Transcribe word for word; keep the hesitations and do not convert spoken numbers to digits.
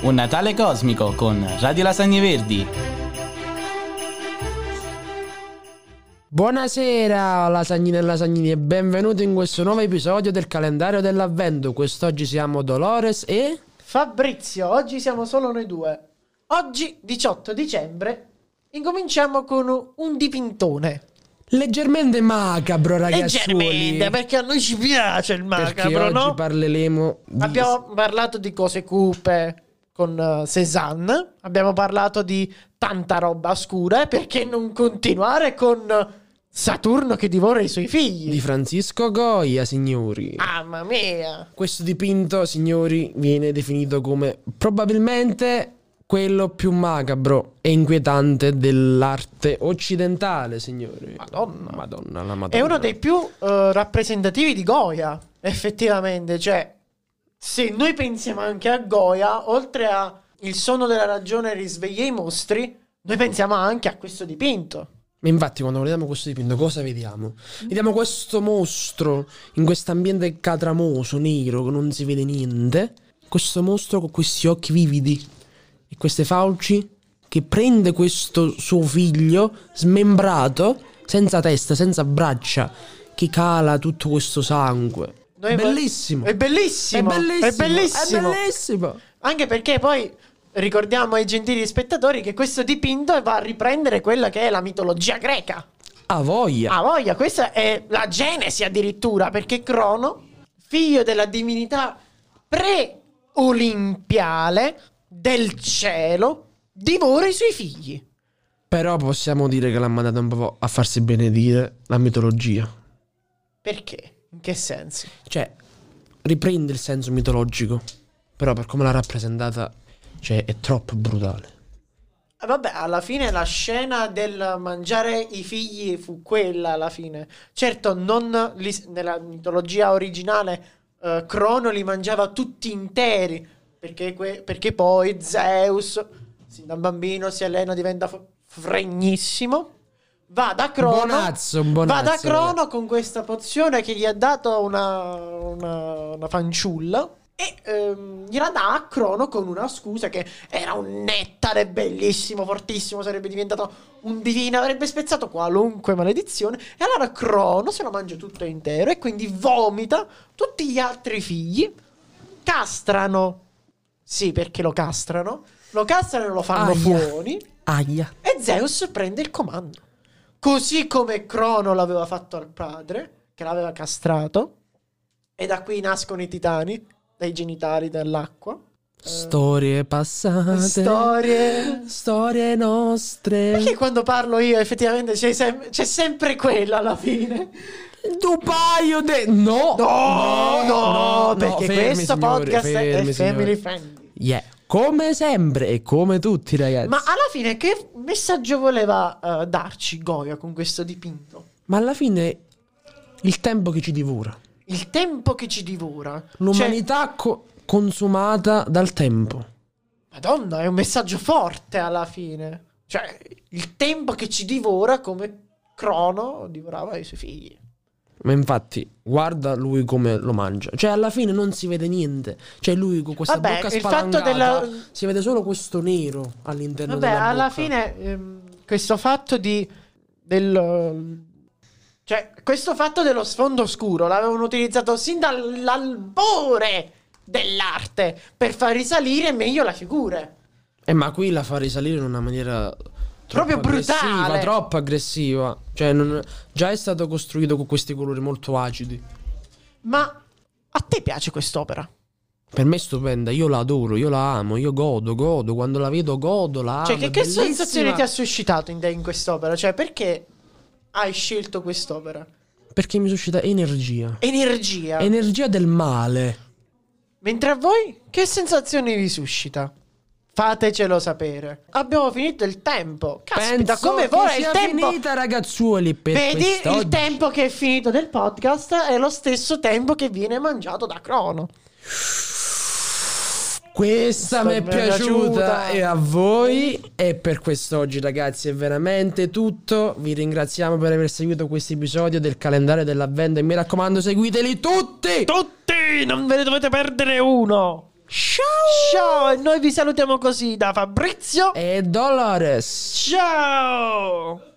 Un Natale cosmico con Radio Lasagne Verdi. Buonasera lasagnine e lasagnini e benvenuti in questo nuovo episodio del calendario dell'avvento. Quest'oggi siamo Dolores e... Fabrizio, oggi siamo solo noi due. Oggi, diciotto dicembre, incominciamo con un dipintone. Leggermente macabro, ragazzi. Leggermente, perché a noi ci piace il macabro, perché oggi no? parleremo di... Abbiamo parlato di cose cupe con uh, Cézanne, abbiamo parlato di tanta roba scura, e perché non continuare con Saturno che divora i suoi figli? Di Francisco Goya, signori. Mamma mia! Questo dipinto, signori, viene definito come probabilmente quello più macabro e inquietante dell'arte occidentale, signori. Madonna. Madonna, la Madonna. È uno dei più uh, rappresentativi di Goya, effettivamente. Cioè, se noi pensiamo anche a Goya, oltre a Il sonno della ragione risveglia i mostri, noi pensiamo anche a questo dipinto. Ma infatti quando vediamo questo dipinto cosa vediamo? Vediamo questo mostro in questo ambiente catramoso, nero, che non si vede niente. Questo mostro con questi occhi vividi e queste fauci che prende questo suo figlio smembrato, senza testa, senza braccia, che cala tutto questo sangue. Noi Bellissimo. È bellissimo. È bellissimo. È bellissimo. È bellissimo. Anche perché poi ricordiamo ai gentili spettatori che questo dipinto va a riprendere quella che è la mitologia greca. Ha voglia. Ha voglia, questa è la Genesi addirittura, perché Crono, figlio della divinità pre-olimpiale del cielo, divora i suoi figli. Però possiamo dire che l'ha mandata un po' a farsi benedire la mitologia. Perché? In che senso? Cioè, riprende il senso mitologico, però per come l'ha rappresentata, cioè, è troppo brutale. Eh, vabbè, alla fine la scena del mangiare i figli fu quella alla fine. Certo, non li, nella mitologia originale eh, Crono li mangiava tutti interi, perché, que, perché poi Zeus, sin da bambino, si allena, diventa f- fregnissimo. Va da Crono, Bonazzo, bonazzo, va da Crono ragazzi. con questa pozione che gli ha dato una, una, una fanciulla. E ehm, gliela dà a Crono con una scusa che era un nettare bellissimo, fortissimo, sarebbe diventato un divino, avrebbe spezzato qualunque maledizione. E allora Crono se lo mangia tutto intero e quindi vomita tutti gli altri figli. Castrano, sì, perché lo castrano, lo castrano e lo fanno Aia. fuori. Aia. E Zeus prende il comando, così come Crono l'aveva fatto al padre, che l'aveva castrato. E da qui nascono i titani, dai genitali dell'acqua. Storie passate. Storie. Storie nostre. Perché quando parlo io effettivamente c'è, sem- c'è sempre quella alla fine. Tu paio de... No. No, no, no, perché fermi, questo signori, podcast fermi, è family signori. friendly. Yeah. Come sempre e come tutti, ragazzi. Ma alla fine che messaggio voleva uh, darci Goya con questo dipinto? Ma alla fine il tempo che ci divora. Il tempo che ci divora. L'umanità Cioè, co- consumata dal tempo. Madonna, è un messaggio forte alla fine. Cioè, il tempo che ci divora come Crono divorava i suoi figli. Ma infatti, guarda lui come lo mangia. Cioè, alla fine non si vede niente. Cioè, lui con questa Vabbè, bocca il fatto spalancata della- si vede solo questo nero all'interno Vabbè, della alla bocca. fine ehm, questo fatto di del cioè, questo fatto dello sfondo scuro l'avevano utilizzato sin dall'albore dell'arte per far risalire meglio le figure. Eh, ma qui la fa risalire in una maniera troppo Proprio brutale. aggressiva, troppo aggressiva. Cioè, non- già è stato costruito con questi colori molto acidi. Ma a te piace quest'opera? Per me è stupenda, io la adoro, io la amo, io godo, godo, quando la vedo godo, la amo. Cioè, che, è che bellissima. sensazione ti ha suscitato in te in quest'opera? Cioè, perché hai scelto quest'opera? Perché mi suscita energia. Energia. Energia del male. Mentre a voi, che sensazioni vi suscita? Fatecelo sapere. Abbiamo finito il tempo. Caspita, Penso come che vola il sia tempo. finita, ragazzuoli, per Vedi, quest'oggi. il tempo che è finito del podcast è lo stesso tempo che viene mangiato da Crono. Questa mi è mi è piaciuta piaciuta. e a voi. E per quest'oggi, ragazzi, è veramente tutto. Vi ringraziamo per aver seguito questo episodio del calendario dell'avvento e mi raccomando, seguiteli tutti. Tutti, non ve ne dovete perdere uno. Ciao! Ciao, e noi vi salutiamo così da Fabrizio E Dolores. Ciao!